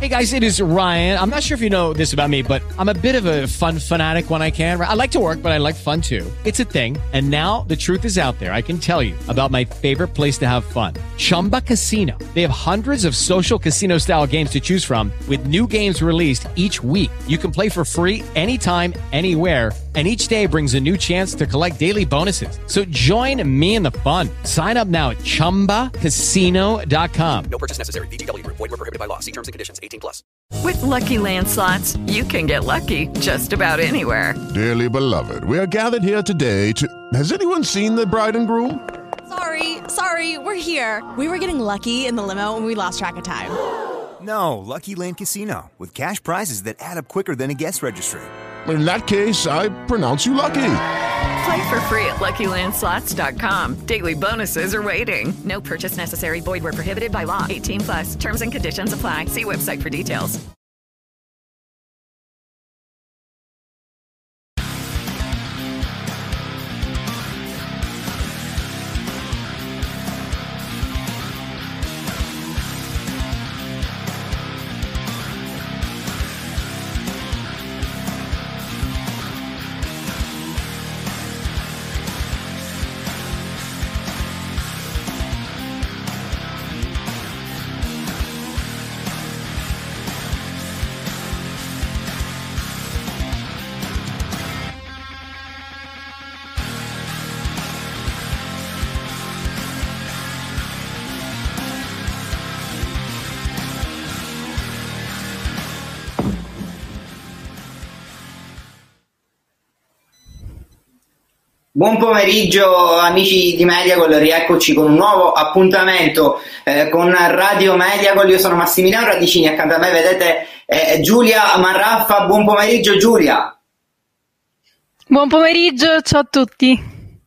Hey guys, it is Ryan. I'm not sure if you know this about me, but I'm a bit of a fun fanatic when I can. I like to work, but I like fun too. It's a thing. And now the truth is out there. I can tell you about my favorite place to have fun. Chumba Casino. They have hundreds of social casino style games to choose from with new games released each week. You can play for free anytime, anywhere. And each day brings a new chance to collect daily bonuses. So join me in the fun. Sign up now at ChumbaCasino.com. No purchase necessary. VGW Group. Void where prohibited by law. See terms and conditions. 18+. With Lucky Land Slots, you can get lucky just about anywhere. Dearly beloved, we are gathered here today to... Has anyone seen the bride and groom? Sorry, we're here. We were getting lucky in the limo and we lost track of time. No, Lucky Land Casino, with cash prizes that add up quicker than a guest registry. In that case, I pronounce you lucky. Play for free at LuckyLandSlots.com. Daily bonuses are waiting. No purchase necessary. Void where prohibited by law. 18+. Terms and conditions apply. See website for details. Buon pomeriggio amici di Mediacol, rieccoci con un nuovo appuntamento con Radio Mediacol. Io sono Massimiliano Radicini, accanto a me vedete Giulia Marraffa. Buon pomeriggio Giulia. Buon pomeriggio, ciao a tutti.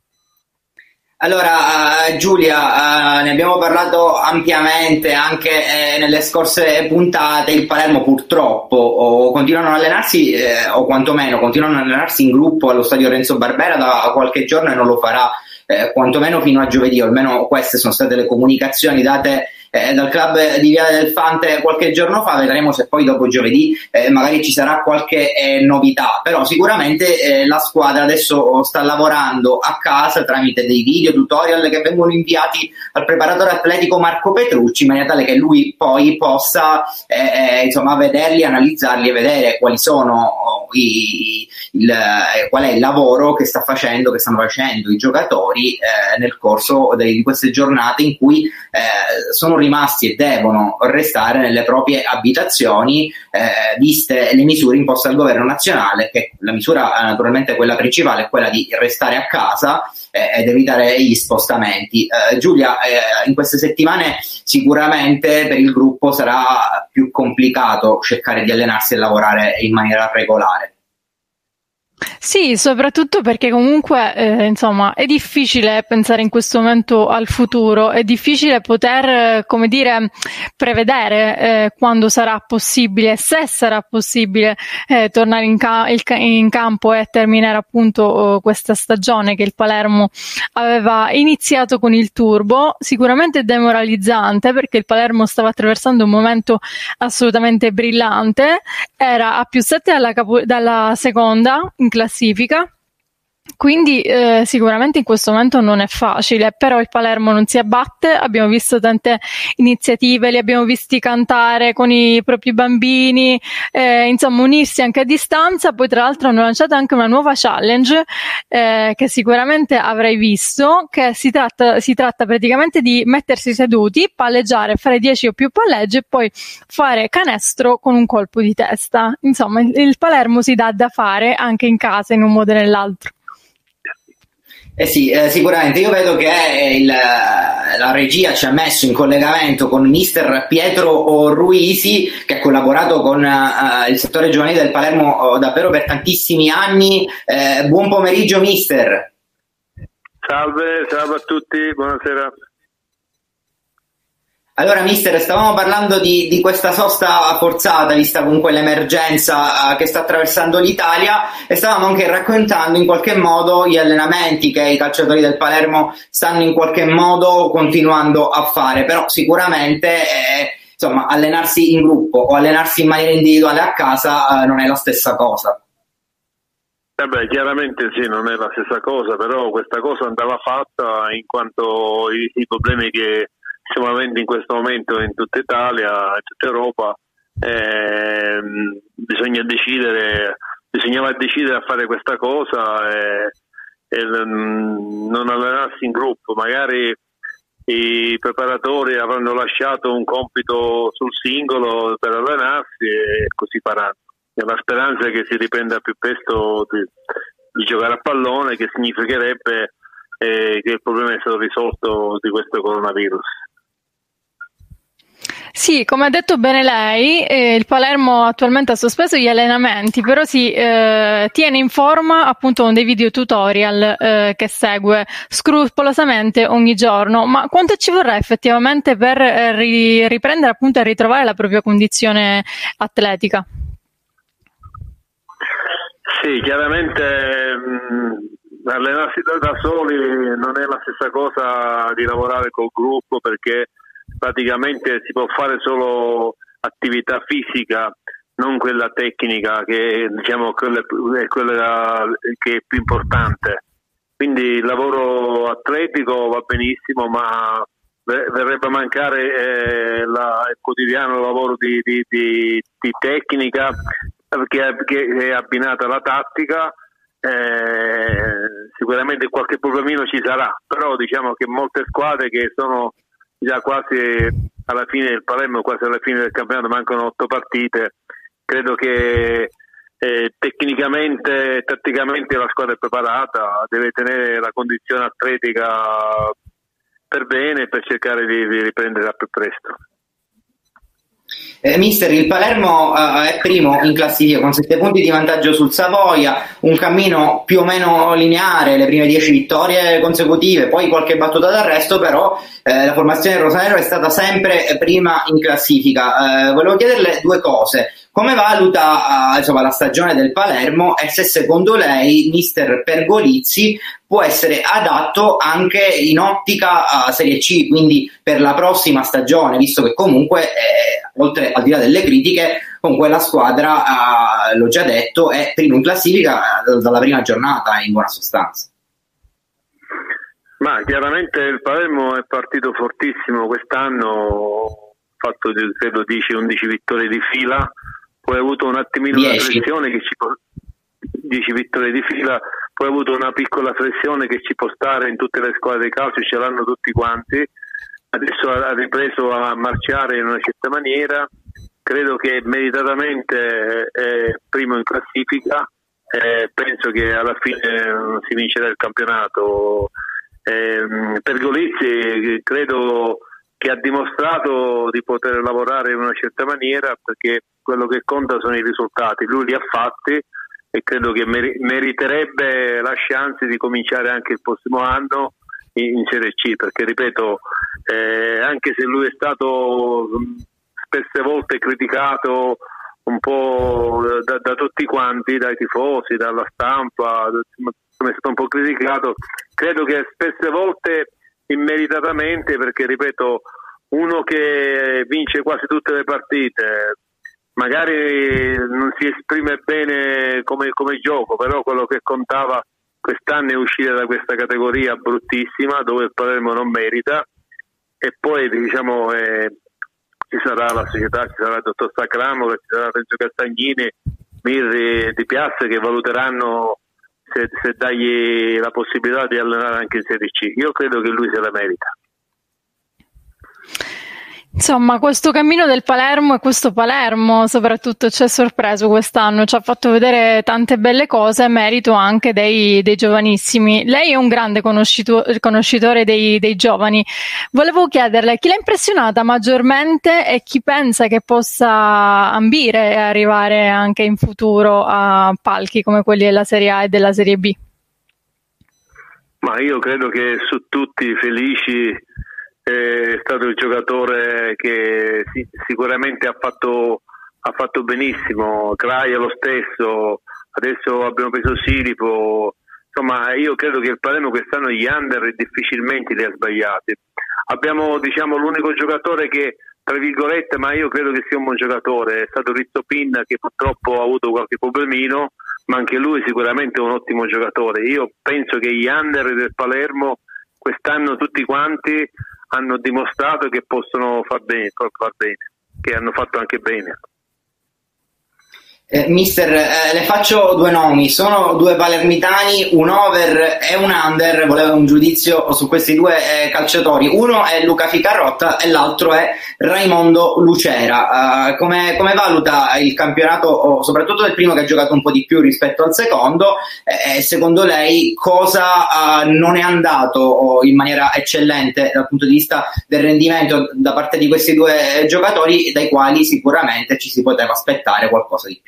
Allora Giulia, ne abbiamo parlato ampiamente anche nelle scorse puntate. Il Palermo purtroppo continuano ad allenarsi o quantomeno continuano ad allenarsi in gruppo allo stadio Renzo Barbera da qualche giorno e non lo farà quantomeno fino a giovedì, o almeno queste sono state le comunicazioni date dal club di Via del Fante qualche giorno fa. Vedremo se poi dopo giovedì magari ci sarà qualche novità, però sicuramente la squadra adesso sta lavorando a casa tramite dei video tutorial che vengono inviati al preparatore atletico Marco Petrucci, in maniera tale che lui poi possa insomma vederli, analizzarli e vedere quali sono qual è il lavoro che stanno facendo i giocatori nel corso di queste giornate in cui sono rimasti e devono restare nelle proprie abitazioni, viste le misure imposte dal governo nazionale, che la misura naturalmente quella principale è quella di restare a casa ed evitare gli spostamenti. Giulia, in queste settimane sicuramente per il gruppo sarà più complicato cercare di allenarsi e lavorare in maniera regolare. Sì, soprattutto perché comunque insomma è difficile pensare in questo momento al futuro, è difficile poter come dire prevedere quando sarà possibile, se sarà possibile tornare in campo e terminare appunto questa stagione che il Palermo aveva iniziato con il turbo. Sicuramente demoralizzante perché il Palermo stava attraversando un momento assolutamente brillante, era a +7 dalla seconda in classifica, quindi sicuramente in questo momento non è facile, però il Palermo non si abbatte. Abbiamo visto tante iniziative, li abbiamo visti cantare con i propri bambini, insomma unirsi anche a distanza. Poi tra l'altro hanno lanciato anche una nuova challenge che sicuramente avrai visto, che si tratta praticamente di mettersi seduti, palleggiare, fare 10 o più palleggi e poi fare canestro con un colpo di testa. Insomma il Palermo si dà da fare anche in casa in un modo o nell'altro. Sì, sicuramente. Io vedo che la regia ci ha messo in collegamento con mister Pietro Ruisi, che ha collaborato con il settore giovanile del Palermo davvero per tantissimi anni. Buon pomeriggio mister. Salve a tutti, buonasera. Allora mister, stavamo parlando di questa sosta forzata, vista comunque l'emergenza che sta attraversando l'Italia, e stavamo anche raccontando in qualche modo gli allenamenti che i calciatori del Palermo stanno in qualche modo continuando a fare, però sicuramente insomma allenarsi in gruppo o allenarsi in maniera individuale a casa non è la stessa cosa. Chiaramente sì, non è la stessa cosa, però questa cosa andava fatta in quanto i problemi che stiamo avendo in questo momento in tutta Italia, in tutta Europa, bisognava decidere a fare questa cosa e non allenarsi in gruppo. Magari i preparatori avranno lasciato un compito sul singolo per allenarsi e così faranno. La speranza è che si riprenda più presto di giocare a pallone, che significherebbe che il problema è stato risolto di questo coronavirus. Sì, come ha detto bene lei, il Palermo attualmente ha sospeso gli allenamenti, però si tiene in forma appunto con dei video tutorial che segue scrupolosamente ogni giorno. Ma quanto ci vorrà effettivamente per riprendere appunto e ritrovare la propria condizione atletica? Sì, chiaramente allenarsi da soli non è la stessa cosa di lavorare col gruppo, perché praticamente si può fare solo attività fisica, non quella tecnica, che diciamo è quella che è più importante. Quindi il lavoro atletico va benissimo, ma verrebbe a mancare il quotidiano lavoro di tecnica, che è abbinata alla tattica. Sicuramente qualche problemino ci sarà, però diciamo che molte squadre che sono già quasi alla fine del Palermo, quasi alla fine del campionato, mancano 8 partite, credo che tecnicamente e tatticamente la squadra è preparata, deve tenere la condizione atletica per bene, per cercare di riprendere al più presto. Mister, il Palermo è primo in classifica con 7 punti di vantaggio sul Savoia, un cammino più o meno lineare, le prime 10 vittorie consecutive, poi qualche battuta d'arresto, però la formazione rosanero è stata sempre prima in classifica. Volevo chiederle 2 cose: come valuta la stagione del Palermo e se secondo lei mister Pergolizzi può essere adatto anche in ottica Serie C, quindi per la prossima stagione, visto che comunque oltre al di là delle critiche, con quella squadra, l'ho già detto, è primo in classifica dalla prima giornata, in buona sostanza. Ma chiaramente il Palermo è partito fortissimo quest'anno, ha fatto credo 10-11 vittorie di fila, poi ha avuto un attimino una flessione che 10 vittorie di fila, poi ha avuto una piccola flessione che ci può stare in tutte le squadre di calcio, ce l'hanno tutti quanti. Adesso ha ripreso a marciare in una certa maniera, credo che meritatamente è primo in classifica, penso che alla fine si vincerà il campionato. Pergolizzi credo che ha dimostrato di poter lavorare in una certa maniera, perché quello che conta sono i risultati, lui li ha fatti e credo che meriterebbe la chance di cominciare anche il prossimo anno in Serie C, perché ripeto, anche se lui è stato spesse volte criticato un po' da tutti quanti, dai tifosi, dalla stampa, è stato un po' criticato, credo che spesse volte immeritatamente, perché ripeto, uno che vince quasi tutte le partite magari non si esprime bene come gioco, però quello che contava quest'anno è uscire da questa categoria bruttissima dove il Palermo non merita, e poi diciamo ci sarà la società, ci sarà il dottor Sacramo, ci sarà Renzo Castagnini, Mirri Di Piazza, che valuteranno se dargli la possibilità di allenare anche in Serie C. Io credo che lui se la merita. Insomma, questo cammino del Palermo e questo Palermo soprattutto ci ha sorpreso quest'anno, ci ha fatto vedere tante belle cose, merito anche dei giovanissimi. Lei è un grande conoscitore dei giovani. Volevo chiederle chi l'ha impressionata maggiormente e chi pensa che possa ambire e arrivare anche in futuro a palchi come quelli della Serie A e della Serie B. Ma io credo che su tutti felici è stato il giocatore che sicuramente ha fatto benissimo. Craia lo stesso, adesso abbiamo preso Silipo, insomma io credo che il Palermo quest'anno gli under difficilmente li ha sbagliati. Abbiamo l'unico giocatore che tra virgolette, ma io credo che sia un buon giocatore. È stato Rizzopin che purtroppo ha avuto qualche problemino, ma anche lui sicuramente è un ottimo giocatore. Io penso che gli under del Palermo quest'anno tutti quanti hanno dimostrato che possono far bene, che hanno fatto anche bene. Mister, le faccio due nomi, sono due palermitani, un over e un under, volevo un giudizio su questi due calciatori. Uno è Luca Ficarotta e l'altro è Raimondo Lucera. Come valuta il campionato, soprattutto del primo che ha giocato un po' di più rispetto al secondo, secondo lei cosa non è andato in maniera eccellente dal punto di vista del rendimento da parte di questi due giocatori, dai quali sicuramente ci si poteva aspettare qualcosa di più?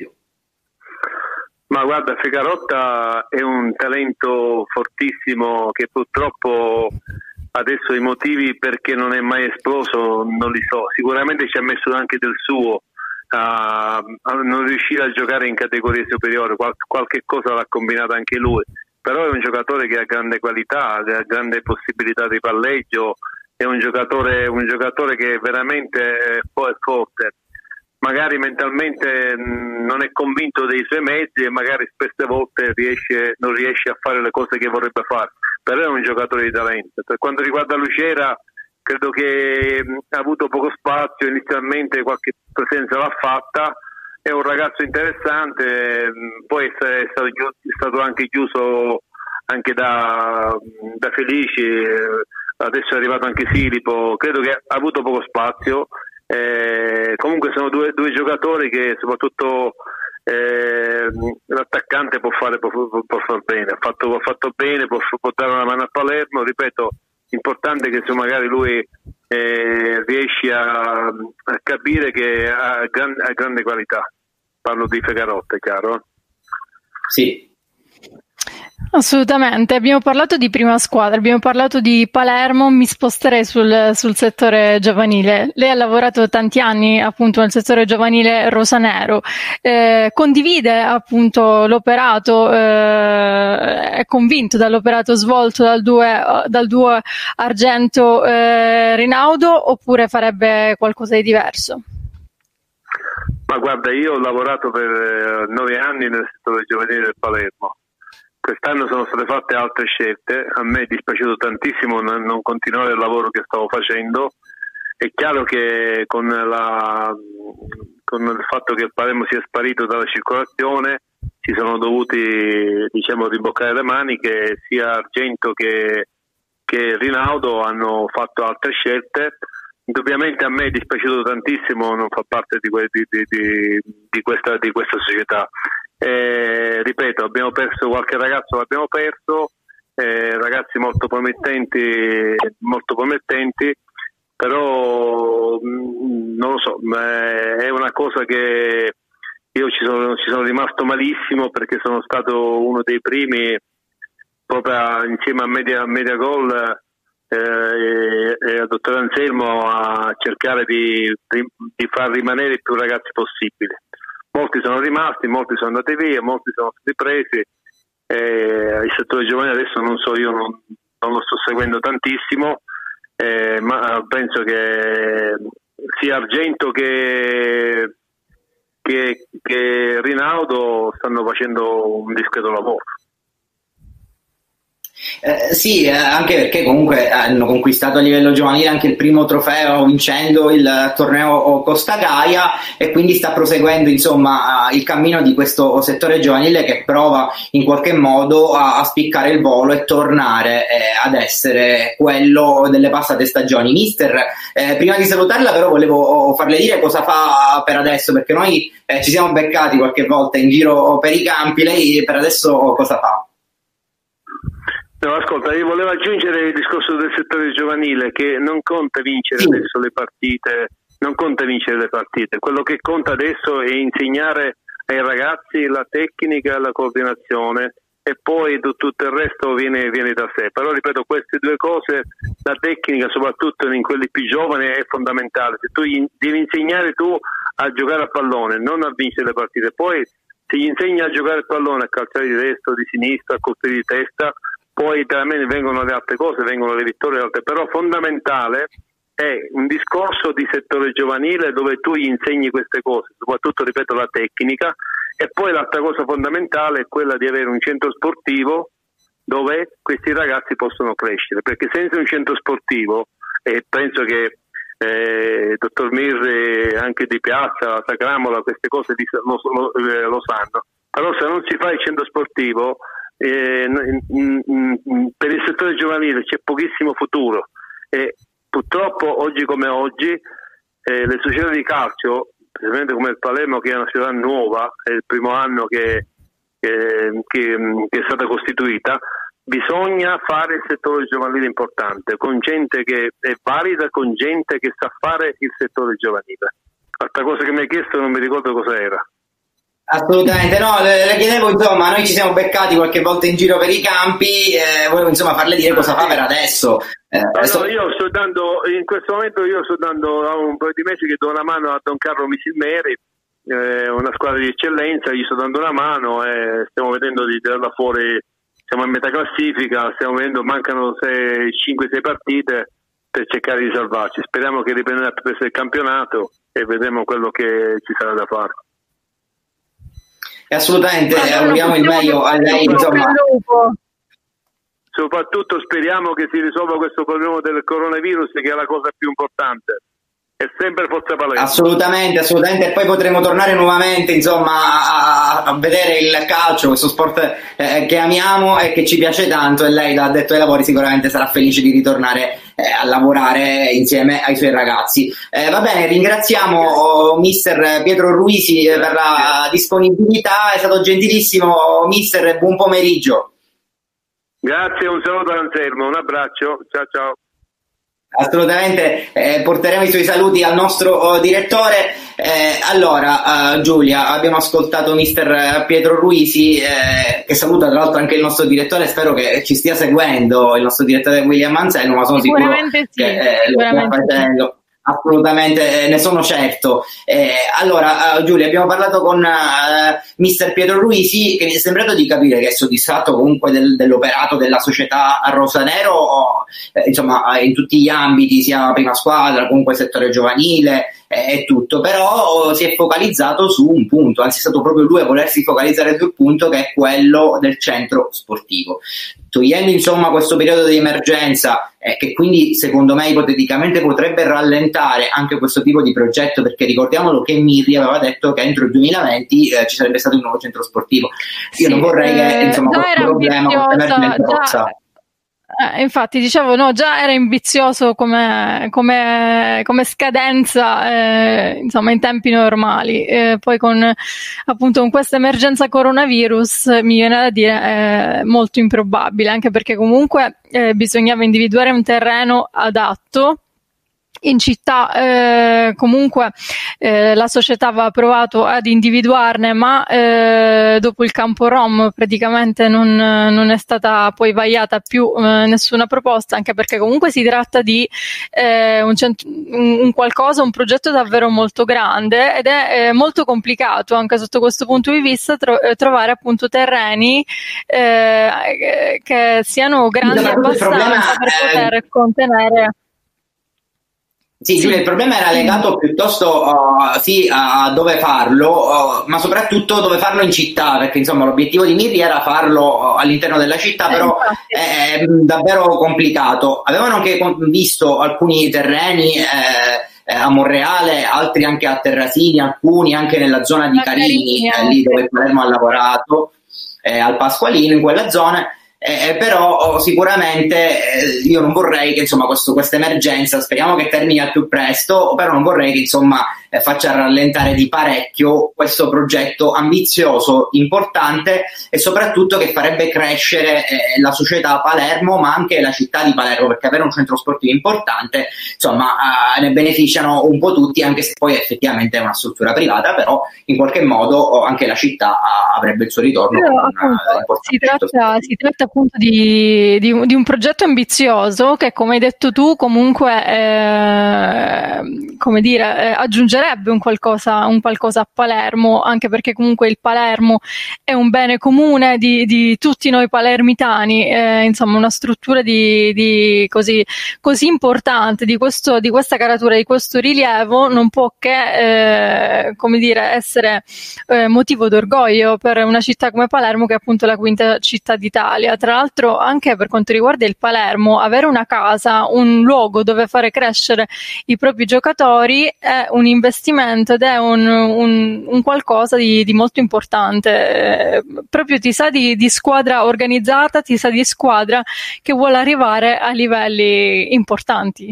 Ma guarda, Ficarotta è un talento fortissimo che purtroppo adesso i motivi perché non è mai esploso non li so. Sicuramente ci ha messo anche del suo a non riuscire a giocare in categorie superiori, qualche cosa l'ha combinata anche lui, però è un giocatore che ha grande qualità, ha grande possibilità di palleggio, è un giocatore che veramente è forte. Magari mentalmente non è convinto dei suoi mezzi e magari spesse volte non riesce a fare le cose che vorrebbe fare, però è un giocatore di talento. Per quanto riguarda Lucera, credo che ha avuto poco spazio, inizialmente qualche presenza l'ha fatta, è un ragazzo interessante, poi è stato anche chiuso anche da Felici, adesso è arrivato anche Silipo, credo che ha avuto poco spazio. Comunque sono due giocatori che soprattutto l'attaccante può far bene, ha fatto bene, può dare una mano a Palermo, ripeto, importante che se magari lui riesce a capire che ha grande qualità. Parlo di Ficarotta, è chiaro? Sì. Assolutamente, abbiamo parlato di prima squadra, abbiamo parlato di Palermo, mi sposterei sul settore giovanile. Lei ha lavorato tanti anni appunto nel settore giovanile rosanero, condivide appunto l'operato, è convinto dall'operato svolto dal duo Argento Rinaudo, oppure farebbe qualcosa di diverso? Ma guarda, io ho lavorato per 9 anni nel settore giovanile del Palermo. Quest'anno sono state fatte altre scelte, a me è dispiaciuto tantissimo non continuare il lavoro che stavo facendo. È chiaro che con il fatto che il Palermo sia sparito dalla circolazione si sono dovuti rimboccare le maniche, sia Argento che Rinaudo hanno fatto altre scelte. Indubbiamente a me è dispiaciuto tantissimo non far parte di questa società. Ripeto, abbiamo perso qualche ragazzo, ragazzi molto promettenti, però non lo so, è una cosa che io ci sono rimasto malissimo, perché sono stato uno dei primi, proprio insieme a Media Gol e al dottor Anselmo, a cercare di far rimanere più ragazzi possibili. Molti sono rimasti, molti sono andati via, molti sono stati presi. Il settore giovanile adesso non so, io non lo sto seguendo tantissimo, ma penso che sia Argento che Rinaudo stanno facendo un discreto lavoro. Sì, anche perché comunque hanno conquistato a livello giovanile anche il primo trofeo vincendo il torneo Costa Gaia, e quindi sta proseguendo insomma il cammino di questo settore giovanile che prova in qualche modo a spiccare il volo e tornare ad essere quello delle passate stagioni. Mister, prima di salutarla però volevo farle dire cosa fa per adesso, perché noi ci siamo beccati qualche volta in giro per i campi. Lei per adesso cosa fa? No, ascolta, io volevo aggiungere il discorso del settore giovanile, che non conta vincere adesso le partite, quello che conta adesso è insegnare ai ragazzi la tecnica e la coordinazione, e poi tutto il resto viene da sé. Però ripeto, queste due cose, la tecnica soprattutto in quelli più giovani è fondamentale. Se tu devi insegnare tu a giocare a pallone, non a vincere le partite, poi se gli insegni a giocare a pallone, a calciare di destra o di sinistra, a colpire di testa, poi da me vengono le altre cose, vengono le vittorie, però fondamentale è un discorso di settore giovanile dove tu gli insegni queste cose, soprattutto, ripeto, la tecnica, e poi l'altra cosa fondamentale è quella di avere un centro sportivo dove questi ragazzi possono crescere, perché senza un centro sportivo, e penso che dottor Mirri, anche di Piazza, Sacramola, queste cose lo sanno, però se non si fa il centro sportivo per il settore giovanile c'è pochissimo futuro, e purtroppo oggi come oggi le società di calcio, specialmente come il Palermo, che è una società nuova, è il primo anno che è stata costituita, bisogna fare il settore giovanile importante, con gente che è valida, con gente che sa fare il settore giovanile. Altra cosa che mi hai chiesto non mi ricordo cosa era. Assolutamente, no, le chiedevo, insomma, noi ci siamo beccati qualche volta in giro per i campi, volevo insomma farle dire cosa fa per adesso. Io sto dando, in questo momento da un paio di mesi che do una mano a Don Carlo Misilmeri, una squadra di eccellenza, gli sto dando una mano e stiamo vedendo di tirarla fuori. Siamo in metà classifica, stiamo vedendo, mancano 5-6 partite per cercare di salvarci. Speriamo che riprenderà più presto il campionato e vedremo quello che ci sarà da fare. Assolutamente, auguriamo il meglio a lei, insomma. Soprattutto speriamo che si risolva questo problema del coronavirus, che è la cosa più importante. È sempre Forza Palermo. Assolutamente, e poi potremo tornare nuovamente, insomma, a vedere il calcio, questo sport che amiamo e che ci piace tanto, e lei, da addetto ai lavori, sicuramente sarà felice di ritornare a lavorare insieme ai suoi ragazzi. Va bene, ringraziamo mister Pietro Ruisi per la disponibilità, è stato gentilissimo mister, buon pomeriggio. Grazie, un saluto ad Anselmo, un abbraccio, ciao. Assolutamente, porteremo i suoi saluti al nostro direttore. Allora, Giulia, abbiamo ascoltato mister Pietro Ruisi, che saluta tra l'altro anche il nostro direttore, spero che ci stia seguendo, il nostro direttore William Anselmo, ma sono sicuro che lo sta facendo. Assolutamente, ne sono certo. Allora, Giulia, abbiamo parlato con mister Pietro Ruisi, che mi è sembrato di capire che è soddisfatto comunque dell'operato della società rosanero, insomma, in tutti gli ambiti, sia prima squadra, comunque settore giovanile e tutto, però si è focalizzato su un punto, anzi è stato proprio lui a volersi focalizzare sul punto, che è quello del centro sportivo. Togliendo insomma questo periodo di emergenza, che quindi secondo me ipoteticamente potrebbe rallentare anche questo tipo di progetto, perché ricordiamolo che Mirri aveva detto che entro il 2020 ci sarebbe stato un nuovo centro sportivo. Io non vorrei che insomma questo problema, questa emergenza possa... Infatti dicevo, no, già era ambizioso come scadenza, insomma, in tempi normali, poi con questa emergenza coronavirus mi viene da dire molto improbabile, anche perché comunque bisognava individuare un terreno adatto. In città comunque la società aveva provato ad individuarne, ma dopo il campo Rom praticamente non è stata poi vagliata più nessuna proposta, anche perché comunque si tratta di un progetto davvero molto grande, ed è molto complicato anche sotto questo punto di vista trovare appunto terreni che siano grandi abbastanza per poter contenere. Sì, Giulia, il problema era legato piuttosto a dove farlo, ma soprattutto dove farlo in città, perché insomma l'obiettivo di Mirri era farlo all'interno della città, però è davvero complicato. Avevano anche visto alcuni terreni a Monreale, altri anche a Terrasini, alcuni anche nella zona di Carini, lì dove Palermo ha lavorato, al Pasqualino, in quella zona. Però sicuramente io non vorrei che insomma questa emergenza, speriamo che termini al più presto, però non vorrei che insomma faccia rallentare di parecchio questo progetto ambizioso, importante, e soprattutto che farebbe crescere la società Palermo, ma anche la città di Palermo, perché avere un centro sportivo importante, insomma, ne beneficiano un po' tutti, anche se poi effettivamente è una struttura privata, però in qualche modo anche la città avrebbe il suo ritorno. Si tratta appunto di un progetto ambizioso che, come hai detto tu, comunque aggiungerà aggiungerebbe un qualcosa a Palermo, anche perché comunque il Palermo è un bene comune di tutti noi palermitani, insomma una struttura così importante, di questa caratura, di questo rilievo, non può che come dire, essere motivo d'orgoglio per una città come Palermo, che è appunto la quinta città d'Italia. Tra l'altro, anche per quanto riguarda il Palermo, avere una casa, un luogo dove fare crescere i propri giocatori è un investimento ed è un qualcosa di molto importante. Proprio ti sa di squadra organizzata, ti sa di squadra che vuole arrivare a livelli importanti.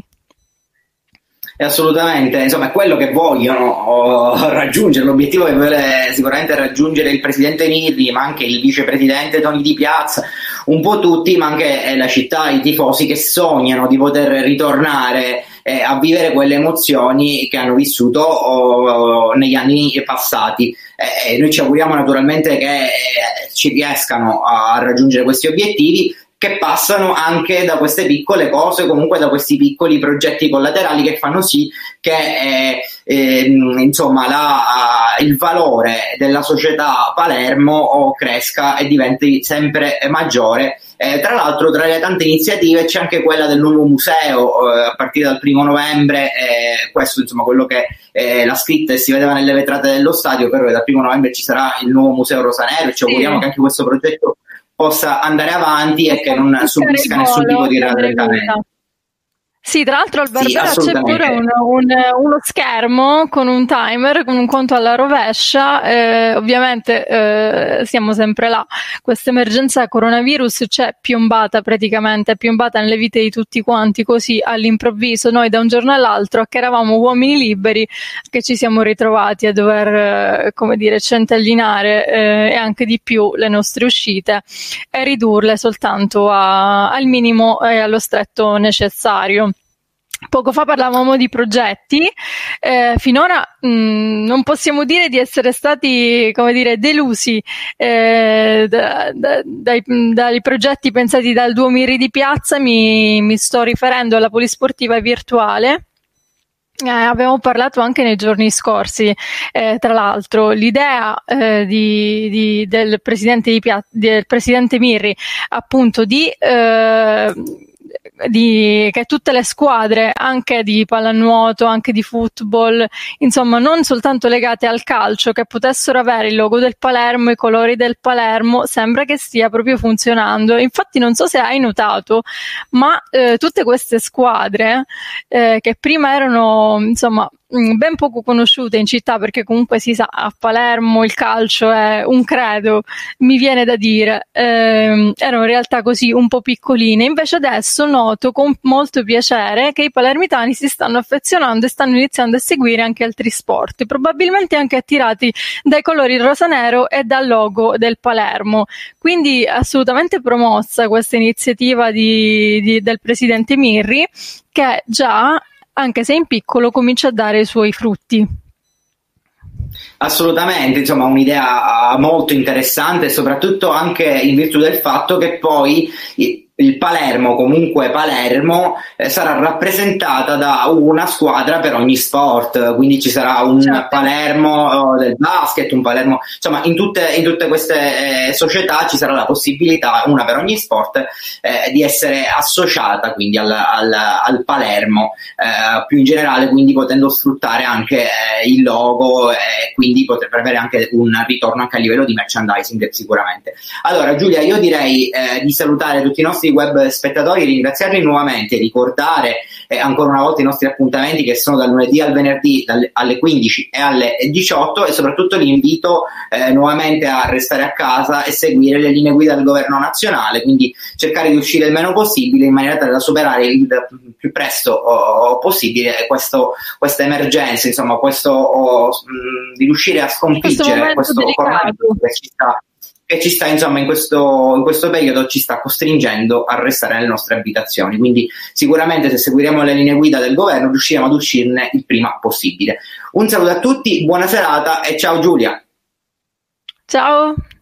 Assolutamente, insomma è quello che vogliono raggiungere, l'obiettivo che vuole sicuramente raggiungere il presidente Mirri, ma anche il vicepresidente Toni Di Piazza, un po' tutti, ma anche la città, i tifosi che sognano di poter ritornare a vivere quelle emozioni che hanno vissuto negli anni passati. Noi ci auguriamo naturalmente che ci riescano a raggiungere questi obiettivi, che passano anche da queste piccole cose, comunque da questi piccoli progetti collaterali che fanno sì che insomma il valore della società Palermo cresca e diventi sempre maggiore. Tra l'altro, tra le tante iniziative c'è anche quella del nuovo museo a partire dal 1° novembre, questo insomma quello che la scritta si vedeva nelle vetrate dello stadio, però dal 1° novembre ci sarà il nuovo museo Rosanero, e ci auguriamo che anche questo progetto possa andare avanti e che non subisca nessun tipo di rallentamento. Sì, tra l'altro al Barbera c'è pure uno schermo con un timer, con un conto alla rovescia, ovviamente siamo sempre là. Questa emergenza coronavirus c'è piombata nelle vite di tutti quanti, così all'improvviso, noi da un giorno all'altro, che eravamo uomini liberi, che ci siamo ritrovati a dover, come dire, centellinare e anche di più le nostre uscite e ridurle soltanto al minimo e allo stretto necessario. Poco fa parlavamo di progetti, finora non possiamo dire di essere stati, come dire, delusi dai progetti pensati dal duo Mirri Di Piazza. Mi sto riferendo alla polisportiva virtuale. Abbiamo parlato anche nei giorni scorsi, tra l'altro, l'idea del presidente Mirri, appunto, che tutte le squadre, anche di pallanuoto, anche di football, insomma non soltanto legate al calcio, che potessero avere il logo del Palermo, i colori del Palermo, sembra che stia proprio funzionando. Infatti non so se hai notato, ma tutte queste squadre che prima erano insomma ben poco conosciute in città, perché comunque si sa, a Palermo il calcio è un credo, mi viene da dire, erano in realtà così un po' piccoline. Invece adesso noto con molto piacere che i palermitani si stanno affezionando e stanno iniziando a seguire anche altri sport, probabilmente anche attirati dai colori rosa-nero e dal logo del Palermo. Quindi assolutamente promossa questa iniziativa del presidente Mirri, che già, anche se in piccolo, comincia a dare i suoi frutti. Assolutamente, insomma un'idea molto interessante, soprattutto anche in virtù del fatto che poi il Palermo, comunque Palermo, sarà rappresentata da una squadra per ogni sport, quindi ci sarà un Palermo del basket, un Palermo, insomma in tutte queste società ci sarà la possibilità, una per ogni sport, di essere associata quindi al Palermo, più in generale, quindi potendo sfruttare anche il logo e quindi poter avere anche un ritorno anche a livello di merchandising sicuramente. Allora Giulia, io direi di salutare tutti i nostri web spettatori, ringraziarli nuovamente, ricordare ancora una volta i nostri appuntamenti, che sono dal lunedì al venerdì alle 15 e alle 18, e soprattutto l'invito nuovamente a restare a casa e seguire le linee guida del governo nazionale, quindi cercare di uscire il meno possibile in maniera tale da superare il più presto possibile questa emergenza, insomma di riuscire a sconfiggere questo coronavirus che ci sta insomma in questo periodo ci sta costringendo a restare nelle nostre abitazioni. Quindi sicuramente, se seguiremo le linee guida del governo, riusciremo ad uscirne il prima possibile. Un saluto a tutti, buona serata e ciao Giulia. Ciao.